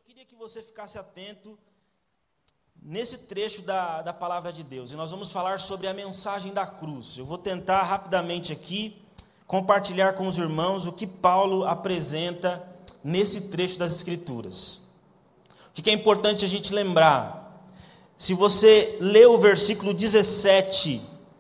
queria que você ficasse atento nesse trecho da palavra de Deus. E nós vamos falar sobre a mensagem da cruz. Eu vou tentar rapidamente aqui compartilhar com os irmãos o que Paulo apresenta nesse trecho das Escrituras. O que é importante a gente lembrar? Se você lê o versículo 17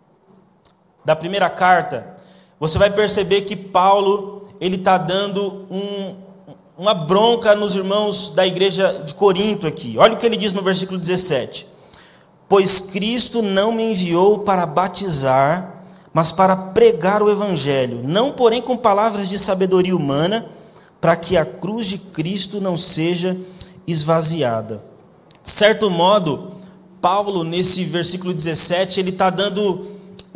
da primeira carta, você vai perceber que Paulo ele está dando uma bronca nos irmãos da igreja de Corinto aqui. Olha o que ele diz no versículo 17. Pois Cristo não me enviou para batizar, mas para pregar o evangelho, não porém com palavras de sabedoria humana, para que a cruz de Cristo não seja esvaziada. De certo modo, Paulo, nesse versículo 17, ele está dando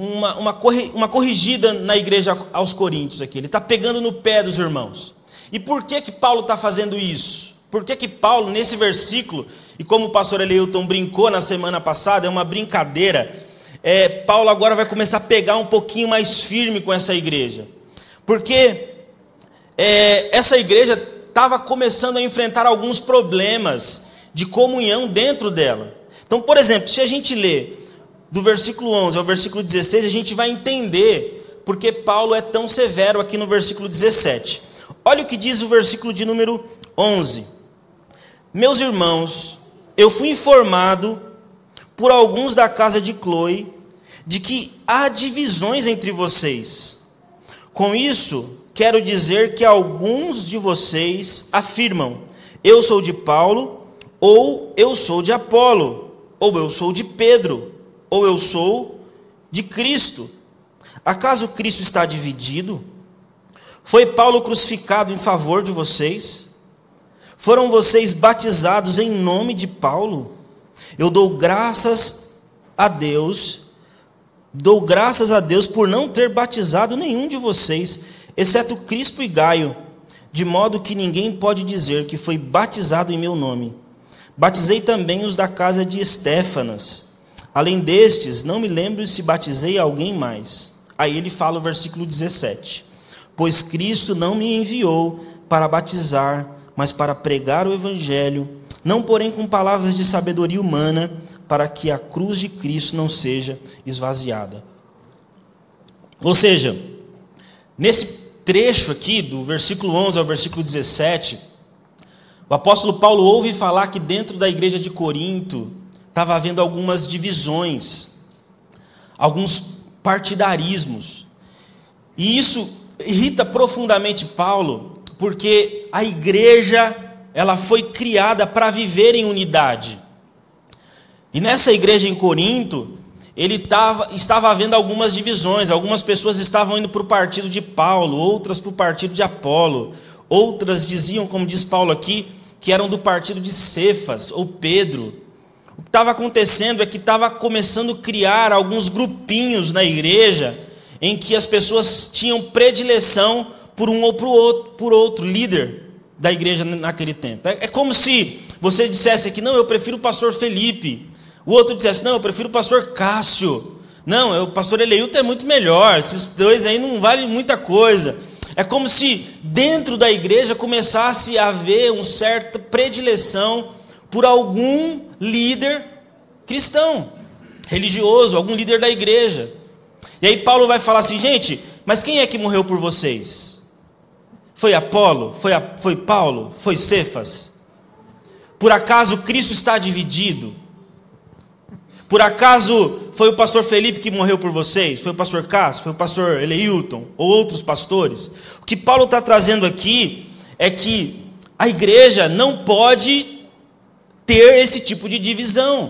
uma corrigida na igreja aos Coríntios aqui. Ele está pegando no pé dos irmãos. E por que Paulo está fazendo isso? Por que Paulo, nesse versículo, e como o pastor Eleilton brincou na semana passada, é uma brincadeira, Paulo agora vai começar a pegar um pouquinho mais firme com essa igreja. Porque essa igreja estava começando a enfrentar alguns problemas de comunhão dentro dela. Então, por exemplo, se a gente lê do versículo 11 ao versículo 16, a gente vai entender porque Paulo é tão severo aqui no versículo 17. Olha o que diz o versículo de número 11. Meus irmãos, eu fui informado por alguns da casa de Cloe de que há divisões entre vocês. Com isso, quero dizer que alguns de vocês afirmam: eu sou de Paulo, ou eu sou de Apolo, ou eu sou de Pedro, ou eu sou de Cristo. Acaso Cristo está dividido? Foi Paulo crucificado em favor de vocês? Foram vocês batizados em nome de Paulo? Eu dou graças a Deus por não ter batizado nenhum de vocês, exceto Crispo e Gaio, de modo que ninguém pode dizer que foi batizado em meu nome. Batizei também os da casa de Estéfanas. Além destes, não me lembro se batizei alguém mais. Aí ele fala o versículo 17. Pois Cristo não me enviou para batizar, mas para pregar o evangelho, não porém com palavras de sabedoria humana, para que a cruz de Cristo não seja esvaziada. Ou seja, nesse trecho aqui, do versículo 11 ao versículo 17, o apóstolo Paulo ouve falar que dentro da igreja de Corinto estava havendo algumas divisões, alguns partidarismos. E isso irrita profundamente Paulo, porque a igreja ela foi criada para viver em unidade. E nessa igreja em Corinto, estava havendo algumas divisões. Algumas pessoas estavam indo para o partido de Paulo, outras para o partido de Apolo. Outras diziam, como diz Paulo aqui, que eram do partido de Cefas ou Pedro. O que estava acontecendo é que estava começando a criar alguns grupinhos na igreja, em que as pessoas tinham predileção por um ou por outro líder da igreja naquele tempo. É como se você dissesse aqui: não, eu prefiro o pastor Felipe. O outro dissesse: não, eu prefiro o pastor Cássio. Não, o pastor Eleilton é muito melhor. Esses dois aí não valem muita coisa. É como se dentro da igreja começasse a haver uma certa predileção por algum líder cristão, religioso, algum líder da igreja. E aí Paulo vai falar assim: gente, mas quem é que morreu por vocês? Foi Apolo? Foi Paulo? Foi Cefas? Por acaso Cristo está dividido? Por acaso foi o pastor Felipe que morreu por vocês? Foi o pastor Cássio? Foi o pastor Eleilton? Ou outros pastores? O que Paulo está trazendo aqui é que a igreja não pode ter esse tipo de divisão.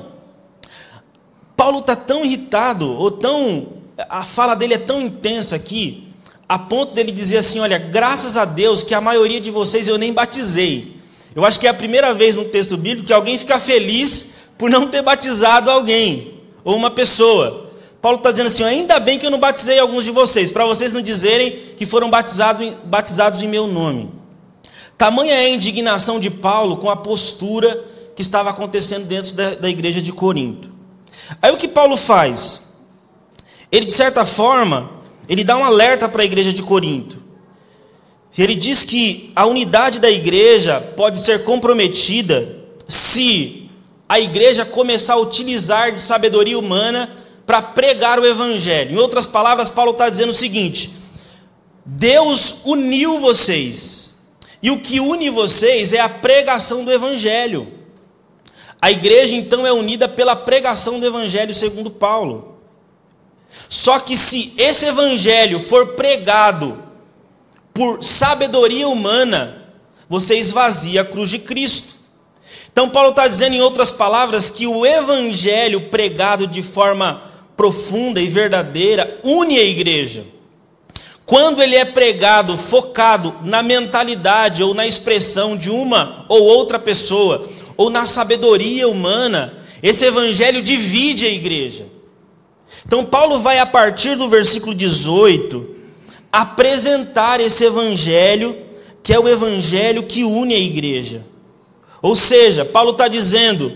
Paulo está tão irritado, a fala dele é tão intensa aqui, a ponto dele dizer assim: olha, graças a Deus que a maioria de vocês eu nem batizei. Eu acho que é a primeira vez no texto bíblico que alguém fica feliz por não ter batizado alguém, ou uma pessoa. Paulo está dizendo assim: ainda bem que eu não batizei alguns de vocês, para vocês não dizerem que foram batizados em meu nome. Tamanha é a indignação de Paulo com a postura que estava acontecendo dentro da igreja de Corinto. Aí o que Paulo faz? Ele, de certa forma, ele dá um alerta para a igreja de Corinto. Ele diz que a unidade da igreja pode ser comprometida se a igreja começar a utilizar de sabedoria humana para pregar o evangelho. Em outras palavras, Paulo está dizendo o seguinte: Deus uniu vocês, e o que une vocês é a pregação do evangelho. A igreja então é unida pela pregação do evangelho segundo Paulo. Só que se esse evangelho for pregado por sabedoria humana, você esvazia a cruz de Cristo. Então Paulo está dizendo, em outras palavras, que o evangelho pregado de forma profunda e verdadeira une a igreja. Quando ele é pregado focado na mentalidade ou na expressão de uma ou outra pessoa, ou na sabedoria humana, esse evangelho divide a igreja. Então Paulo vai, a partir do versículo 18, apresentar esse evangelho, que é o evangelho que une a igreja. Ou seja, Paulo está dizendo,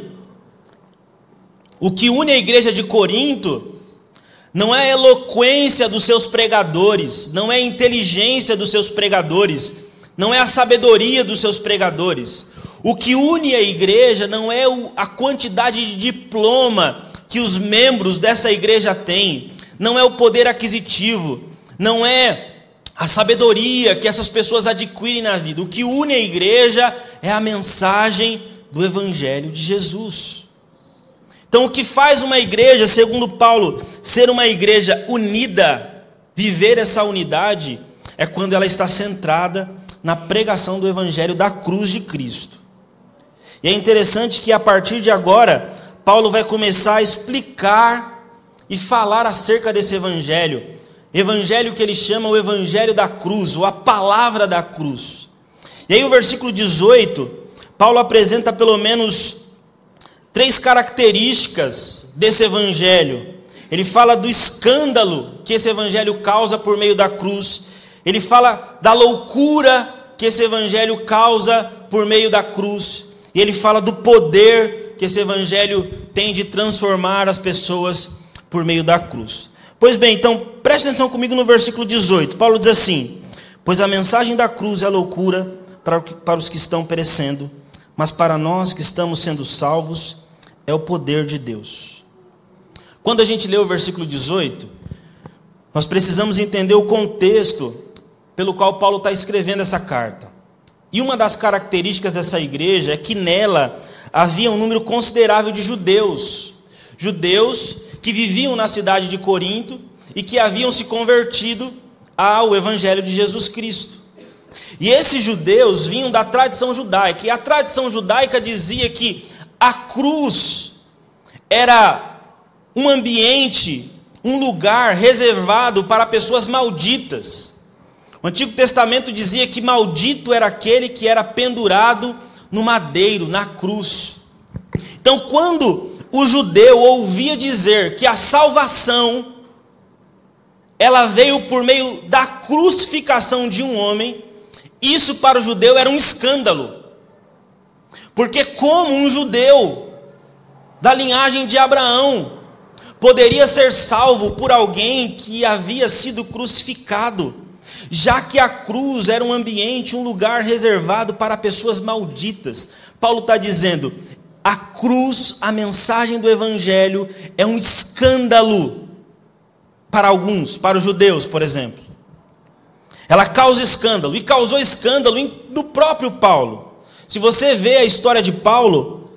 o que une a igreja de Corinto não é a eloquência dos seus pregadores, não é a inteligência dos seus pregadores, não é a sabedoria dos seus pregadores. O que une a igreja não é a quantidade de diploma que os membros dessa igreja têm, não é o poder aquisitivo, não é a sabedoria que essas pessoas adquirem na vida. O que une a igreja é a mensagem do evangelho de Jesus. Então, o que faz uma igreja, segundo Paulo, ser uma igreja unida, viver essa unidade, é quando ela está centrada na pregação do evangelho da cruz de Cristo. E é interessante que a partir de agora, Paulo vai começar a explicar e falar acerca desse evangelho que ele chama o evangelho da cruz, ou a palavra da cruz. E aí o versículo 18, Paulo apresenta pelo menos 3 características desse evangelho. Ele fala do escândalo que esse evangelho causa por meio da cruz. Ele fala da loucura que esse evangelho causa por meio da cruz. E ele fala do poder que esse evangelho tem de transformar as pessoas por meio da cruz. Pois bem, então, preste atenção comigo no versículo 18. Paulo diz assim: pois a mensagem da cruz é loucura para os que estão perecendo, mas para nós que estamos sendo salvos, é o poder de Deus. Quando a gente lê o versículo 18, nós precisamos entender o contexto pelo qual Paulo está escrevendo essa carta. E uma das características dessa igreja é que nela havia um número considerável de judeus que viviam na cidade de Corinto e que haviam se convertido ao evangelho de Jesus Cristo. E esses judeus vinham da tradição judaica, e a tradição judaica dizia que a cruz era um ambiente, um lugar reservado para pessoas malditas. O Antigo Testamento dizia que maldito era aquele que era pendurado no madeiro, na cruz. Então, quando o judeu ouvia dizer que a salvação ela veio por meio da crucificação de um homem, isso para o judeu era um escândalo. Porque como um judeu da linhagem de Abraão poderia ser salvo por alguém que havia sido crucificado, já que a cruz era um ambiente, um lugar reservado para pessoas malditas? Paulo está dizendo, a cruz, a mensagem do evangelho, é um escândalo para alguns, para os judeus, por exemplo. Ela causa escândalo, e causou escândalo no próprio Paulo. Se você vê a história de Paulo,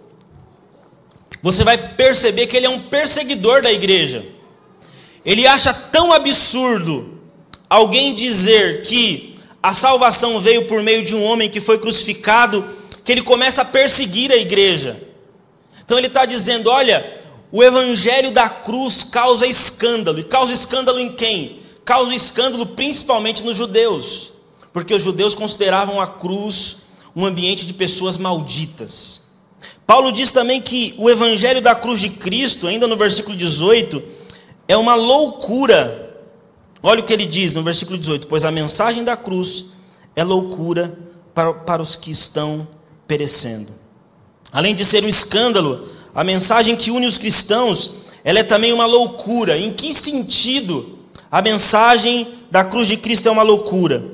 você vai perceber que ele é um perseguidor da igreja. Ele acha tão absurdo alguém dizer que a salvação veio por meio de um homem que foi crucificado, que ele começa a perseguir a igreja. Então ele está dizendo, olha, o evangelho da cruz causa escândalo. E causa escândalo em quem? Causa escândalo principalmente nos judeus, porque os judeus consideravam a cruz um ambiente de pessoas malditas. Paulo diz também que o evangelho da cruz de Cristo, ainda no versículo 18, é uma loucura. Olha o que ele diz no versículo 18: pois a mensagem da cruz é loucura para os que estão perecendo. Além de ser um escândalo, a mensagem que une os cristãos, ela é também uma loucura. Em que sentido a mensagem da cruz de Cristo é uma loucura?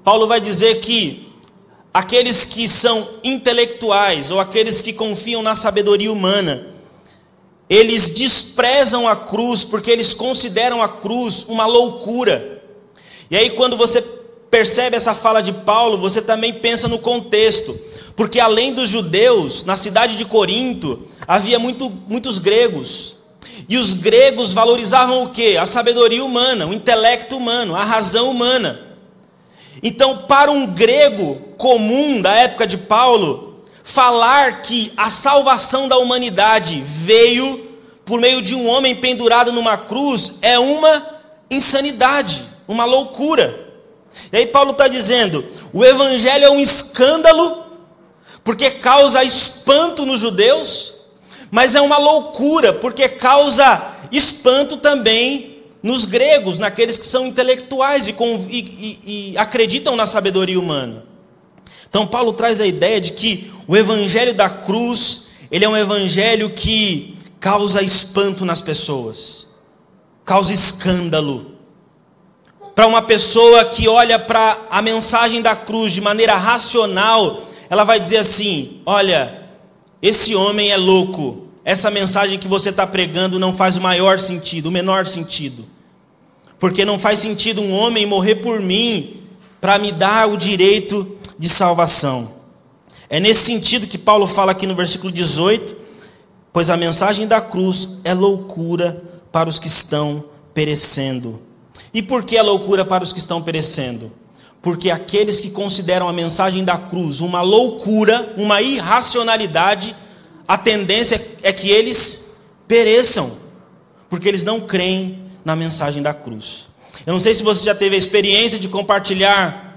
Paulo vai dizer que aqueles que são intelectuais, ou aqueles que confiam na sabedoria humana, eles desprezam a cruz, porque eles consideram a cruz uma loucura. E aí quando você percebe essa fala de Paulo, você também pensa no contexto, porque além dos judeus, na cidade de Corinto, havia muitos gregos, e os gregos valorizavam o quê? A sabedoria humana, o intelecto humano, a razão humana. Então, para um grego comum da época de Paulo, falar que a salvação da humanidade veio por meio de um homem pendurado numa cruz é uma insanidade, uma loucura. E aí Paulo está dizendo, o evangelho é um escândalo, porque causa espanto nos judeus, mas é uma loucura, porque causa espanto também nos gregos, naqueles que são intelectuais e acreditam na sabedoria humana. Então Paulo traz a ideia de que o evangelho da cruz, ele é um evangelho que causa espanto nas pessoas, causa escândalo. Para uma pessoa que olha para a mensagem da cruz de maneira racional, ela vai dizer assim, olha, esse homem é louco, essa mensagem que você está pregando não faz o maior sentido, o menor sentido. Porque não faz sentido um homem morrer por mim para me dar o direito de salvação. É nesse sentido que Paulo fala aqui no versículo 18, pois a mensagem da cruz é loucura para os que estão perecendo. E por que é loucura para os que estão perecendo? Porque aqueles que consideram a mensagem da cruz uma loucura, uma irracionalidade, a tendência é que eles pereçam, porque eles não creem na mensagem da cruz. Eu não sei se você já teve a experiência de compartilhar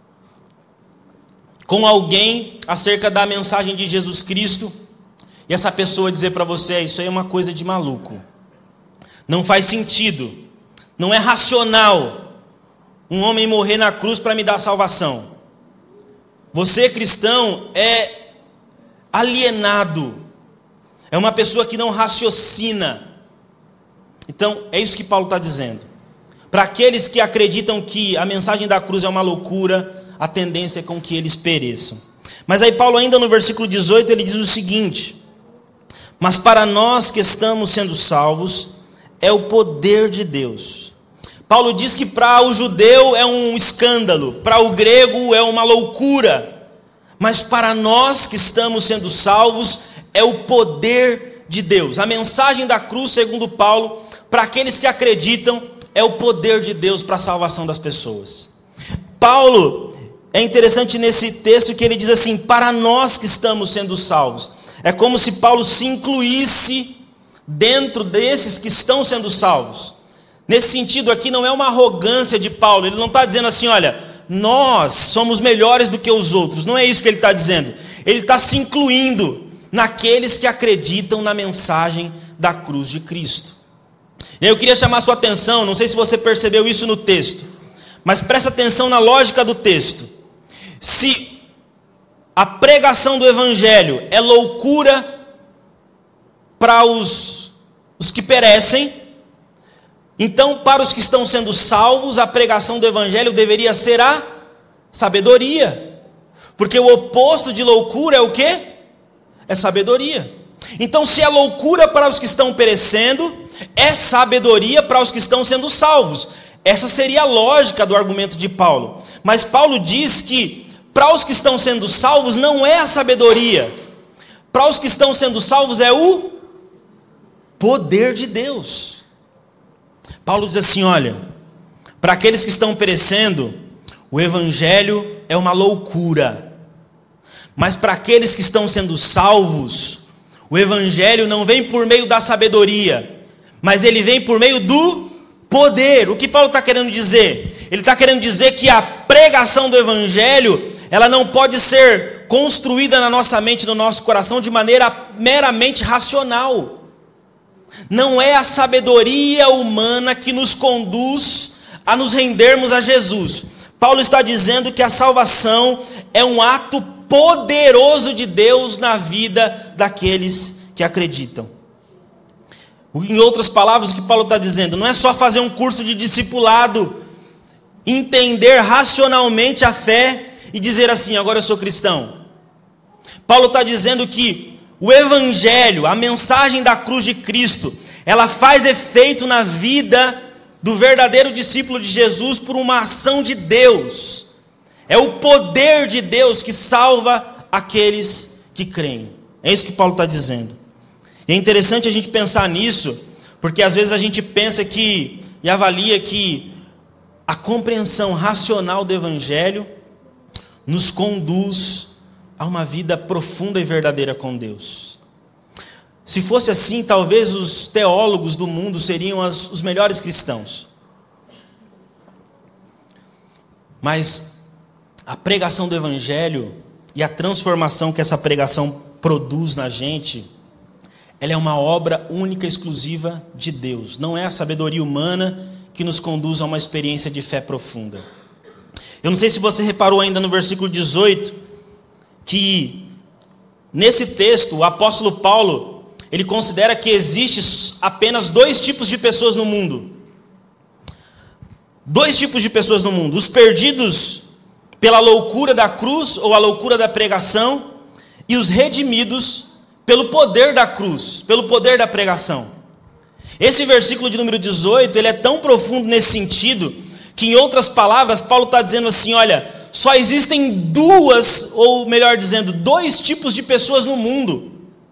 com alguém acerca da mensagem de Jesus Cristo, e essa pessoa dizer para você, isso aí é uma coisa de maluco, não faz sentido, não é racional um homem morrer na cruz para me dar salvação. Você, cristão, é alienado, é uma pessoa que não raciocina. Então, é isso que Paulo está dizendo. Para aqueles que acreditam que a mensagem da cruz é uma loucura, a tendência é com que eles pereçam. Mas aí Paulo ainda no versículo 18, ele diz o seguinte, mas para nós que estamos sendo salvos, é o poder de Deus. Paulo diz que para o judeu é um escândalo, para o grego é uma loucura, mas para nós que estamos sendo salvos, é o poder de Deus. A mensagem da cruz, segundo Paulo, para aqueles que acreditam, é o poder de Deus para a salvação das pessoas. Paulo, é interessante nesse texto que ele diz assim, para nós que estamos sendo salvos. É como se Paulo se incluísse dentro desses que estão sendo salvos. Nesse sentido aqui não é uma arrogância de Paulo, ele não está dizendo assim, olha, nós somos melhores do que os outros, não é isso que ele está dizendo. Ele está se incluindo naqueles que acreditam na mensagem da cruz de Cristo. E aí eu queria chamar a sua atenção, não sei se você percebeu isso no texto, mas presta atenção na lógica do texto. Se a pregação do evangelho é loucura para os que perecem, então para os que estão sendo salvos, a pregação do evangelho deveria ser a sabedoria. Porque o oposto de loucura é o quê? É sabedoria. Então se é loucura para os que estão perecendo, é sabedoria para os que estão sendo salvos. Essa seria a lógica do argumento de Paulo. Mas Paulo diz que para os que estão sendo salvos não é a sabedoria. Para os que estão sendo salvos é o poder de Deus. Paulo diz assim, olha, para aqueles que estão perecendo, o evangelho é uma loucura. Mas para aqueles que estão sendo salvos, o evangelho não vem por meio da sabedoria, mas ele vem por meio do poder. O que Paulo está querendo dizer? Ele está querendo dizer que a pregação do evangelho, ela não pode ser construída na nossa mente, no nosso coração, de maneira meramente racional. Não é a sabedoria humana que nos conduz a nos rendermos a Jesus. Paulo está dizendo que a salvação é um ato poderoso de Deus na vida daqueles que acreditam. Em outras palavras, o que Paulo está dizendo, não é só fazer um curso de discipulado entender racionalmente a fé e dizer assim: agora eu sou cristão. Paulo está dizendo que o Evangelho, a mensagem da cruz de Cristo, ela faz efeito na vida do verdadeiro discípulo de Jesus por uma ação de Deus. É o poder de Deus que salva aqueles que creem. É isso que Paulo está dizendo. E é interessante a gente pensar nisso, porque às vezes a gente pensa que, e avalia que a compreensão racional do Evangelho nos conduz a uma vida profunda e verdadeira com Deus. Se fosse assim, talvez os teólogos do mundo seriam os melhores cristãos. Mas a pregação do Evangelho e a transformação que essa pregação produz na gente, ela é uma obra única e exclusiva de Deus. Não é a sabedoria humana que nos conduz a uma experiência de fé profunda. Eu não sei se você reparou ainda no versículo 18, que nesse texto o apóstolo Paulo, ele considera que existe apenas dois tipos de pessoas no mundo. Dois tipos de pessoas no mundo: os perdidos pela loucura da cruz ou a loucura da pregação, e os redimidos pelo poder da cruz, pelo poder da pregação. Esse versículo de número 18, ele é tão profundo nesse sentido, que em outras palavras, Paulo está dizendo assim: olha, só existem duas, ou melhor dizendo, dois tipos de pessoas no mundo.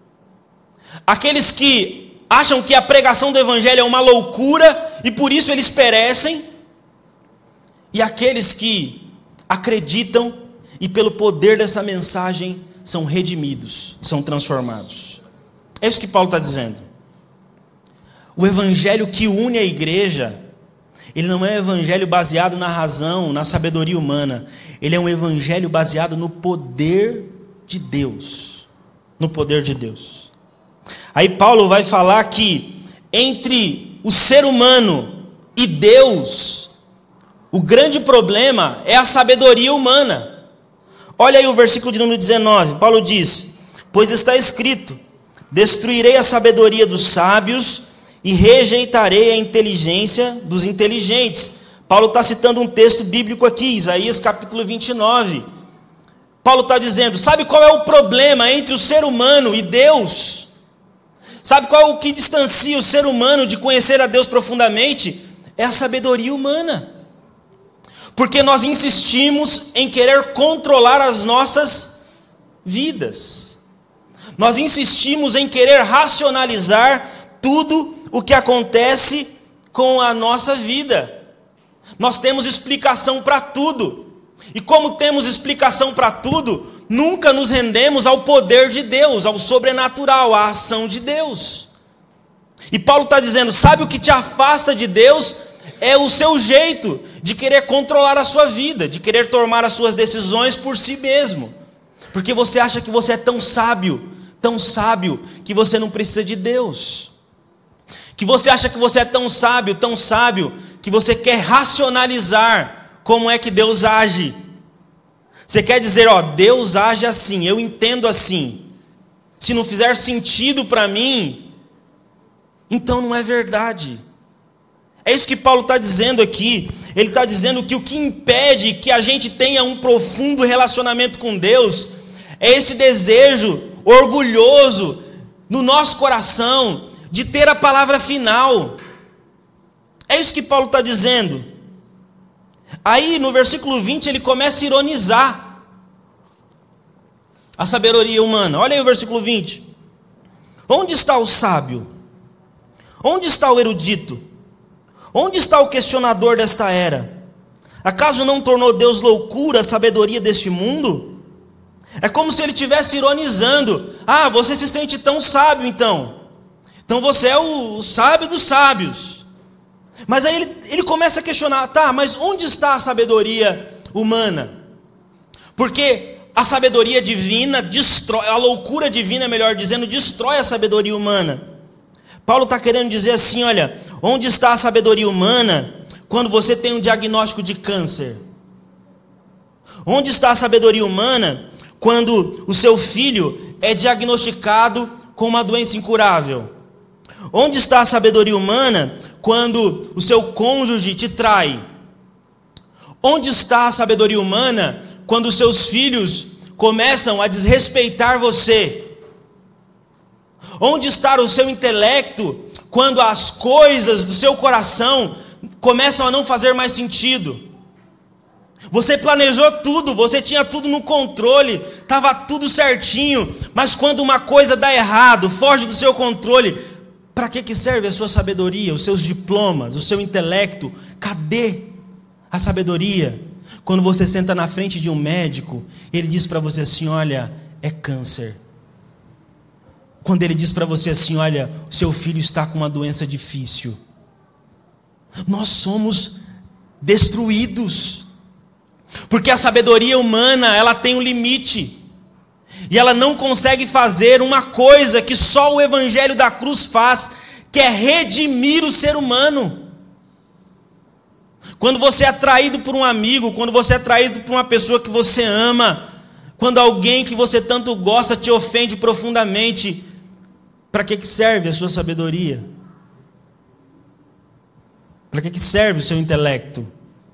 Aqueles que acham que a pregação do Evangelho é uma loucura, e por isso eles perecem, e aqueles que acreditam, e pelo poder dessa mensagem, são redimidos, são transformados. É isso que Paulo está dizendo. O evangelho que une a igreja, ele não é um evangelho baseado na razão, na sabedoria humana. Ele é um evangelho baseado no poder de Deus. No poder de Deus. Aí Paulo vai falar que entre o ser humano e Deus, o grande problema é a sabedoria humana. Olha aí o versículo de número 19, Paulo diz: pois está escrito, destruirei a sabedoria dos sábios e rejeitarei a inteligência dos inteligentes. Paulo está citando um texto bíblico aqui, Isaías capítulo 29. Paulo está dizendo: sabe qual é o problema entre o ser humano e Deus? Sabe qual é o que distancia o ser humano de conhecer a Deus profundamente? É a sabedoria humana. Porque nós insistimos em querer controlar as nossas vidas. Nós insistimos em querer racionalizar tudo o que acontece com a nossa vida. Nós temos explicação para tudo. E como temos explicação para tudo, nunca nos rendemos ao poder de Deus, ao sobrenatural, à ação de Deus. E Paulo está dizendo: sabe o que te afasta de Deus? É o seu jeito de querer controlar a sua vida, de querer tomar as suas decisões por si mesmo. Porque você acha que você é tão sábio, que você não precisa de Deus. Que você acha que você é tão sábio, que você quer racionalizar como é que Deus age. Você quer dizer: ó, Deus age assim, eu entendo assim. Se não fizer sentido para mim, então não é verdade. É isso que Paulo está dizendo aqui. Ele está dizendo que o que impede que a gente tenha um profundo relacionamento com Deus é esse desejo orgulhoso no nosso coração de ter a palavra final. É isso que Paulo está dizendo. Aí no versículo 20 ele começa a ironizar a sabedoria humana. Olha aí o versículo 20. Onde está o sábio? Onde está o erudito? Onde está o questionador desta era? Acaso não tornou Deus loucura a sabedoria deste mundo? É como se ele estivesse ironizando. Ah, você se sente tão sábio então. Então você é o sábio dos sábios. Mas aí ele começa a questionar: tá, mas onde está a sabedoria humana? Porque a sabedoria divina destrói, a loucura divina, melhor dizendo, destrói a sabedoria humana. Paulo está querendo dizer assim: olha, onde está a sabedoria humana quando você tem um diagnóstico de câncer? Onde está a sabedoria humana quando o seu filho é diagnosticado com uma doença incurável? Onde está a sabedoria humana quando o seu cônjuge te trai? Onde está a sabedoria humana quando os seus filhos começam a desrespeitar você? Onde está o seu intelecto quando as coisas do seu coração começam a não fazer mais sentido? Você planejou tudo, você tinha tudo no controle, estava tudo certinho, mas quando uma coisa dá errado, foge do seu controle, para que serve a sua sabedoria, os seus diplomas, o seu intelecto? Cadê a sabedoria? Quando você senta na frente de um médico, ele diz para você assim: olha, é câncer. Quando ele diz para você assim: olha, seu filho está com uma doença difícil. Nós somos destruídos, porque a sabedoria humana, ela tem um limite, e ela não consegue fazer uma coisa que só o evangelho da cruz faz, que é redimir o ser humano. Quando você é atraído por um amigo, quando você é atraído por uma pessoa que você ama, quando alguém que você tanto gosta te ofende profundamente, para que serve a sua sabedoria? Para que serve o seu intelecto?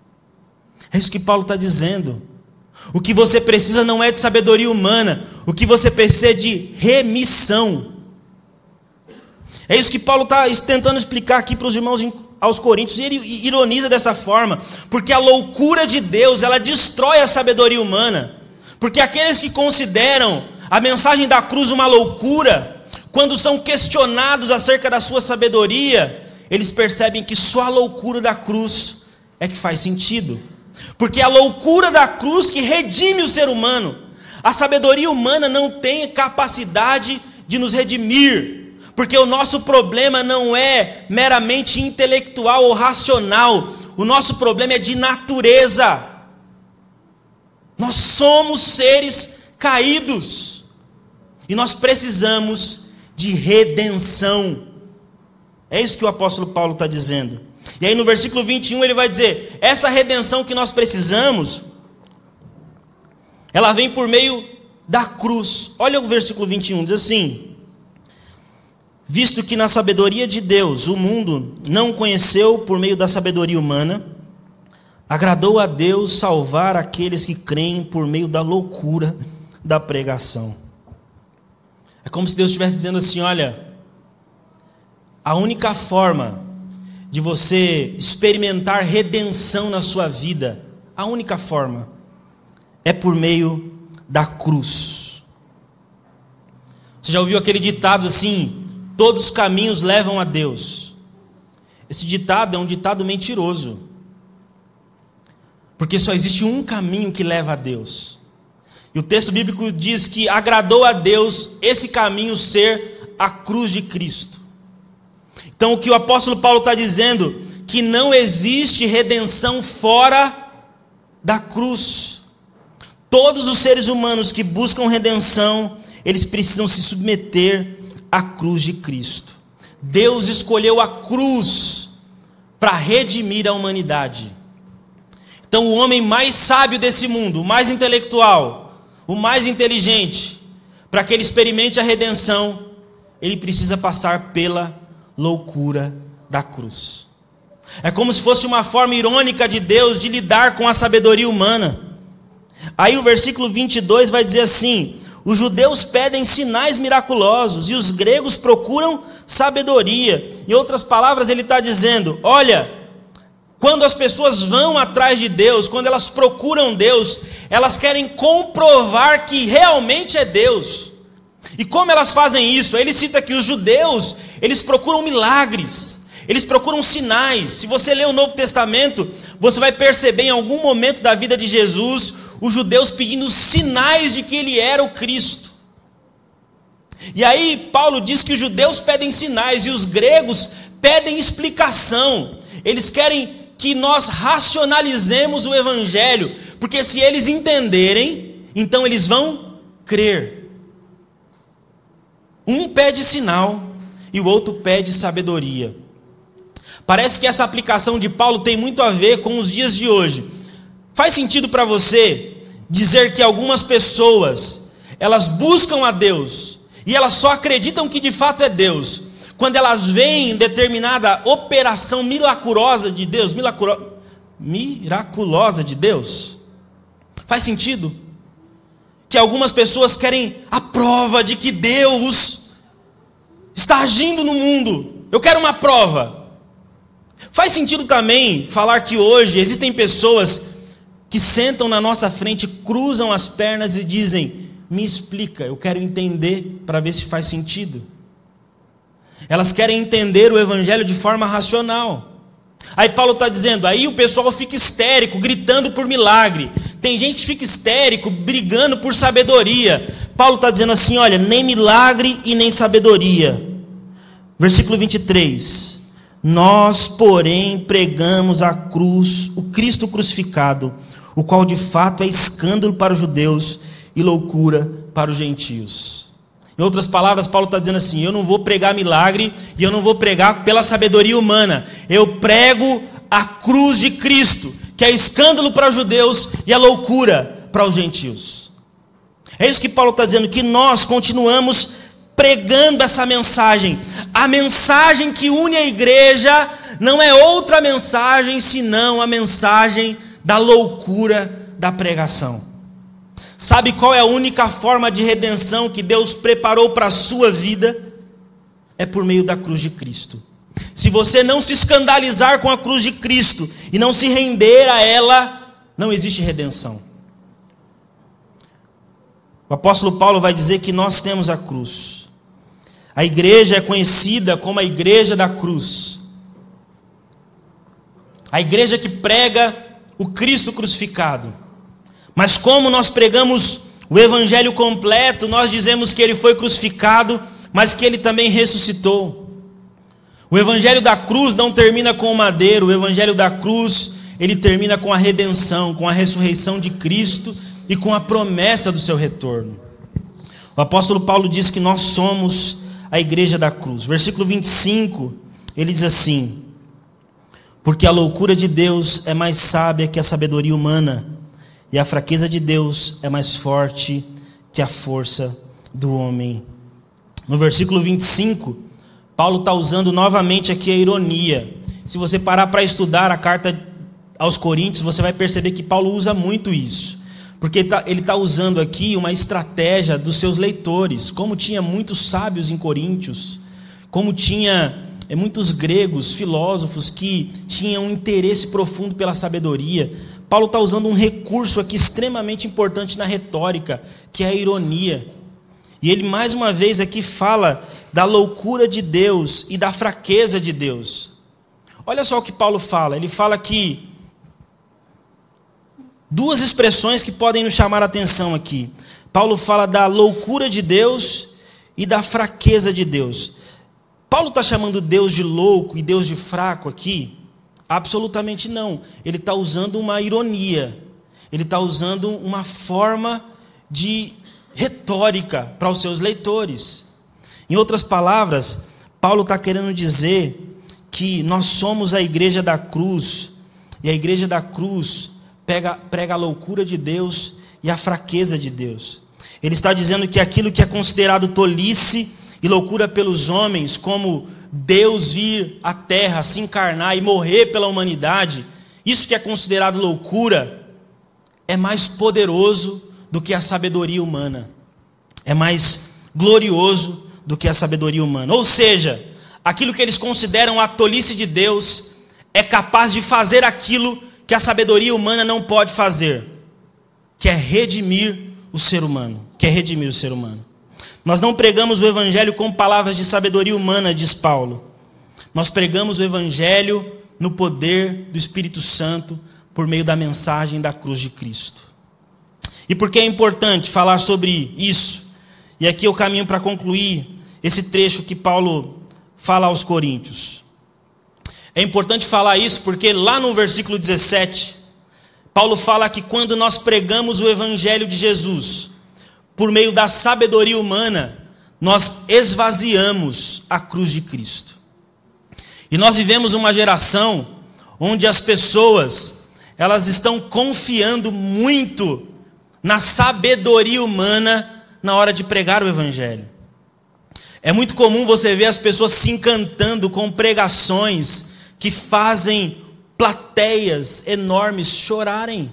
É isso que Paulo está dizendo. O que você precisa não é de sabedoria humana, o que você precisa é de remissão. É isso que Paulo está tentando explicar aqui para os irmãos aos Coríntios, e ele ironiza dessa forma, porque a loucura de Deus, ela destrói a sabedoria humana, porque aqueles que consideram a mensagem da cruz uma loucura, quando são questionados acerca da sua sabedoria, eles percebem que só a loucura da cruz é que faz sentido, porque é a loucura da cruz que redime o ser humano. A sabedoria humana não tem capacidade de nos redimir, porque o nosso problema não é meramente intelectual ou racional, o nosso problema é de natureza. Nós somos seres caídos, e nós precisamos de redenção. É isso que o apóstolo Paulo está dizendo. E aí no versículo 21 ele vai dizer: essa redenção que nós precisamos, ela vem por meio da cruz. Olha o versículo 21, diz assim: visto que na sabedoria de Deus o mundo não conheceu por meio da sabedoria humana, agradou a Deus salvar aqueles que creem por meio da loucura da pregação. É como se Deus estivesse dizendo assim: olha, a única forma de você experimentar redenção na sua vida, a única forma é por meio da cruz. Você já ouviu aquele ditado assim: todos os caminhos levam a Deus? Esse ditado é um ditado mentiroso, porque só existe um caminho que leva a Deus, e o texto bíblico diz que agradou a Deus esse caminho ser a cruz de Cristo. Então o que o apóstolo Paulo está dizendo, que não existe redenção fora da cruz. Todos os seres humanos que buscam redenção, eles precisam se submeter à cruz de Cristo. Deus escolheu a cruz para redimir a humanidade. Então o homem mais sábio desse mundo, o mais intelectual, o mais inteligente, para que ele experimente a redenção, ele precisa passar pela loucura da cruz. É como se fosse uma forma irônica de Deus de lidar com a sabedoria humana. Aí o versículo 22 vai dizer assim: os judeus pedem sinais miraculosos e os gregos procuram sabedoria. Em outras palavras, ele está dizendo: olha, quando as pessoas vão atrás de Deus, quando elas procuram Deus, elas querem comprovar que realmente é Deus. E como elas fazem isso? Ele cita que os judeus, eles procuram milagres, eles procuram sinais. Se você ler o Novo Testamento, você vai perceber em algum momento da vida de Jesus, os judeus pedindo sinais de que ele era o Cristo. E aí Paulo diz que os judeus pedem sinais e os gregos pedem explicação. Eles querem que nós racionalizemos o evangelho, porque se eles entenderem, então eles vão crer. Um pede sinal e o outro pede sabedoria. Parece que essa aplicação de Paulo tem muito a ver com os dias de hoje. Faz sentido para você dizer que algumas pessoas, elas buscam a Deus e elas só acreditam que de fato é Deus quando elas veem determinada operação milagrosa de Deus, miraculosa de Deus? Faz sentido? Que algumas pessoas querem a prova de que Deus está agindo no mundo. Eu quero uma prova. Faz sentido também falar que hoje existem pessoas que sentam na nossa frente, cruzam as pernas e dizem: me explica, eu quero entender para ver se faz sentido. Elas querem entender o evangelho de forma racional. Aí Paulo está dizendo, aí o pessoal fica histérico, gritando por milagre. Tem gente que fica histérico, brigando por sabedoria. Paulo está dizendo assim, olha, nem milagre e nem sabedoria. Versículo 23. Nós, porém, pregamos a cruz, o Cristo crucificado, o qual de fato é escândalo para os judeus e loucura para os gentios. Em outras palavras, Paulo está dizendo assim, eu não vou pregar milagre e eu não vou pregar pela sabedoria humana. Eu prego a cruz de Cristo, que é escândalo para os judeus e a loucura para os gentios. É isso que Paulo está dizendo, que nós continuamos pregando essa mensagem. A mensagem que une a igreja não é outra mensagem, senão a mensagem da loucura da pregação. Sabe qual é a única forma de redenção que Deus preparou para a sua vida? É por meio da cruz de Cristo. Se você não se escandalizar com a cruz de Cristo e não se render a ela, não existe redenção. O apóstolo Paulo vai dizer que nós temos a cruz. A igreja é conhecida como a igreja da cruz. A igreja que prega o Cristo crucificado. Mas como nós pregamos o evangelho completo, nós dizemos que ele foi crucificado, mas que ele também ressuscitou. O evangelho da cruz não termina com o madeiro, o evangelho da cruz, ele termina com a redenção, com a ressurreição de Cristo e com a promessa do seu retorno. O apóstolo Paulo diz que nós somos a igreja da cruz. Versículo 25, ele diz assim: porque a loucura de Deus é mais sábia que a sabedoria humana, e a fraqueza de Deus é mais forte que a força do homem. No versículo 25, Paulo está usando novamente aqui a ironia. Se você parar para estudar a carta aos Coríntios, você vai perceber que Paulo usa muito isso. Porque ele está usando aqui uma estratégia dos seus leitores. Como tinha muitos sábios em Coríntios, como tinha muitos gregos, filósofos que tinham um interesse profundo pela sabedoria, Paulo está usando um recurso aqui extremamente importante na retórica, que é a ironia. E ele mais uma vez aqui fala da loucura de Deus e da fraqueza de Deus. Olha só o que Paulo fala. Ele fala que duas expressões que podem nos chamar a atenção aqui. Paulo fala da loucura de Deus e da fraqueza de Deus. Paulo está chamando Deus de louco e Deus de fraco aqui? Absolutamente não. Ele está usando uma ironia. Ele está usando uma forma de retórica para os seus leitores. Em outras palavras, Paulo está querendo dizer que nós somos a igreja da cruz, e a igreja da cruz prega a loucura de Deus e a fraqueza de Deus. Ele está dizendo que aquilo que é considerado tolice e loucura pelos homens, como Deus vir à terra, se encarnar e morrer pela humanidade, isso que é considerado loucura, é mais poderoso do que a sabedoria humana, é mais glorioso do que a sabedoria humana. Ou seja, aquilo que eles consideram a tolice de Deus é capaz de fazer aquilo que a sabedoria humana não pode fazer, que é redimir o ser humano, Nós não pregamos o evangelho com palavras de sabedoria humana, diz Paulo. Nós pregamos o evangelho no poder do Espírito Santo, por meio da mensagem da cruz de Cristo. E por que é importante falar sobre isso? E aqui eu caminho para concluir esse trecho que Paulo fala aos Coríntios. É importante falar isso porque lá no versículo 17, Paulo fala que quando nós pregamos o evangelho de Jesus, por meio da sabedoria humana, nós esvaziamos a cruz de Cristo. E nós vivemos uma geração onde as pessoas, elas estão confiando muito na sabedoria humana na hora de pregar o evangelho. É muito comum você ver as pessoas se encantando com pregações que fazem plateias enormes chorarem.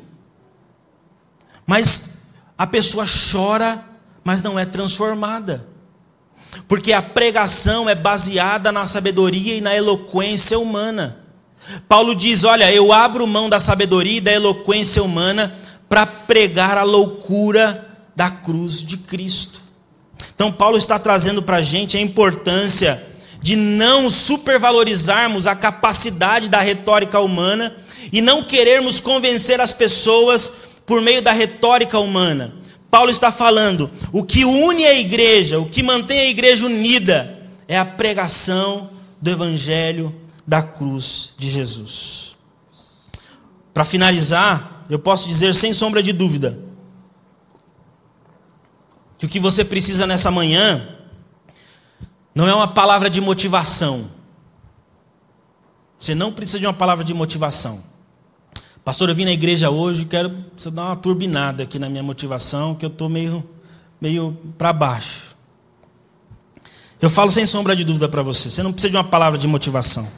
Mas a pessoa chora, mas não é transformada. Porque a pregação é baseada na sabedoria e na eloquência humana. Paulo diz, olha, eu abro mão da sabedoria e da eloquência humana para pregar a loucura da cruz de Cristo. Então Paulo está trazendo para a gente a importância de não supervalorizarmos a capacidade da retórica humana e não querermos convencer as pessoas por meio da retórica humana. Paulo está falando, o que une a igreja, o que mantém a igreja unida, é a pregação do evangelho da cruz de Jesus. Para finalizar, eu posso dizer sem sombra de dúvida, que o que você precisa nessa manhã não é uma palavra de motivação. Você não precisa de uma palavra de motivação. Pastor, eu vim na igreja hoje, quero dar uma turbinada aqui na minha motivação, que eu estou meio para baixo. Eu falo sem sombra de dúvida para você, você não precisa de uma palavra de motivação.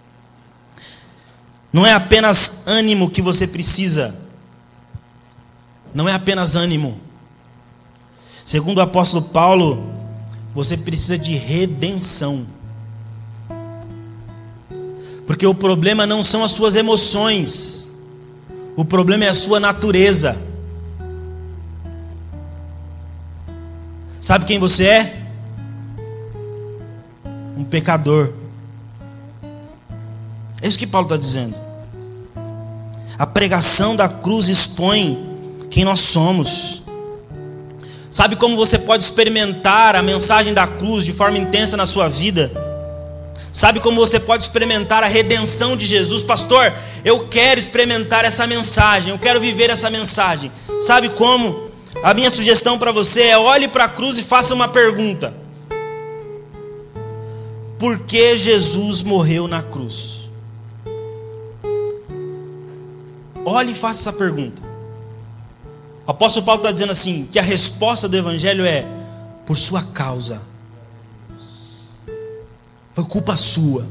Não é apenas ânimo que você precisa. Não é apenas ânimo. Segundo o apóstolo Paulo, você precisa de redenção. Porque o problema não são as suas emoções. O problema é a sua natureza. Sabe quem você é? Um pecador. É isso que Paulo está dizendo. A pregação da cruz expõe quem nós somos. Sabe como você pode experimentar a mensagem da cruz de forma intensa na sua vida? Sabe como você pode experimentar a redenção de Jesus? Pastor, eu quero experimentar essa mensagem, eu quero viver essa mensagem. Sabe como? A minha sugestão para você é: olhe para a cruz e faça uma pergunta. Por que Jesus morreu na cruz? Olhe e faça essa pergunta. O apóstolo Paulo está dizendo assim, que a resposta do evangelho é: por sua causa. Foi culpa sua.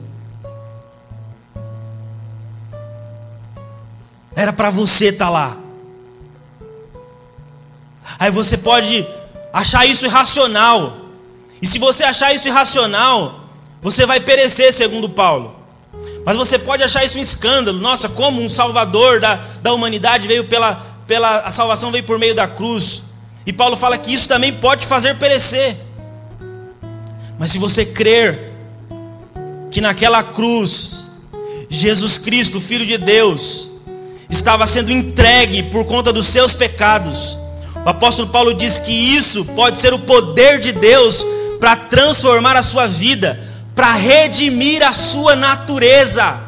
Era para você estar lá. Aí você pode achar isso irracional. E se você achar isso irracional, você vai perecer, segundo Paulo. Mas você pode achar isso um escândalo. Nossa, como um salvador da humanidade veio a salvação veio por meio da cruz. E Paulo fala que isso também pode fazer perecer. Mas se você crer que naquela cruz Jesus Cristo, Filho de Deus, estava sendo entregue por conta dos seus pecados, o apóstolo Paulo diz que isso pode ser o poder de Deus para transformar a sua vida, para redimir a sua natureza,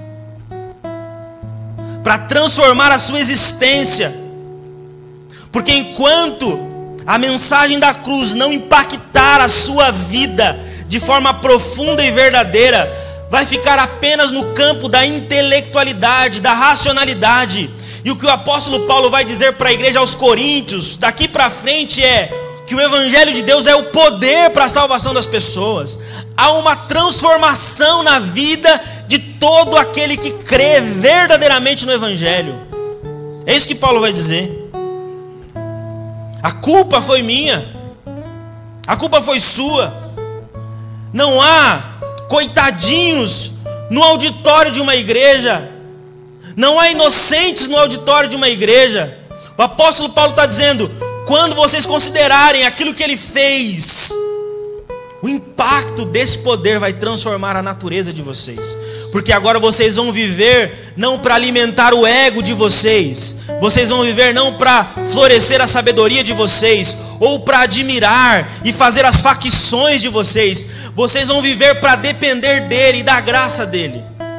para transformar a sua existência. Porque enquanto a mensagem da cruz não impactar a sua vida de forma profunda e verdadeira, vai ficar apenas no campo da intelectualidade, da racionalidade. E o que o apóstolo Paulo vai dizer para a igreja aos Coríntios, daqui para frente, é que o evangelho de Deus é o poder para a salvação das pessoas. Há uma transformação na vida de todo aquele que crê verdadeiramente no evangelho. É isso que Paulo vai dizer. A culpa foi minha, a culpa foi sua. Não há coitadinhos no auditório de uma igreja. Não há inocentes no auditório de uma igreja. O apóstolo Paulo está dizendo: quando vocês considerarem aquilo que ele fez, o impacto desse poder vai transformar a natureza de vocês. Porque agora vocês vão viver não para alimentar o ego de vocês. Vocês vão viver não para florescer a sabedoria de vocês, ou para admirar e fazer as facções de vocês. Vocês vão viver para depender dele e da graça dele.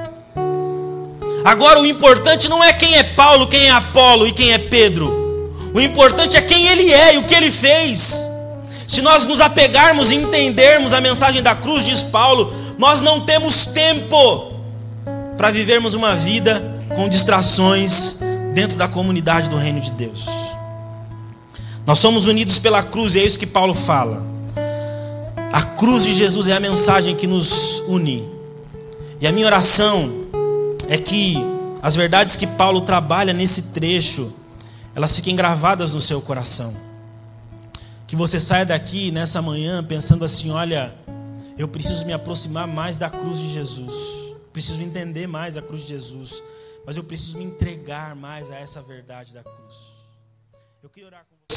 Agora o importante não é quem é Paulo, quem é Apolo e quem é Pedro. O importante é quem ele é e o que ele fez. Se nós nos apegarmos e entendermos a mensagem da cruz, diz Paulo, nós não temos tempo para vivermos uma vida com distrações dentro da comunidade do reino de Deus. Nós somos unidos pela cruz, e é isso que Paulo fala. A cruz de Jesus é a mensagem que nos une. E a minha oração é que As verdades que Paulo trabalha nesse trecho, elas fiquem gravadas no seu coração. Que você saia daqui nessa manhã pensando assim: olha, eu preciso me aproximar mais da cruz de Jesus. Preciso entender mais a cruz de Jesus. Mas eu preciso me entregar mais a essa verdade da cruz. Eu queria orar com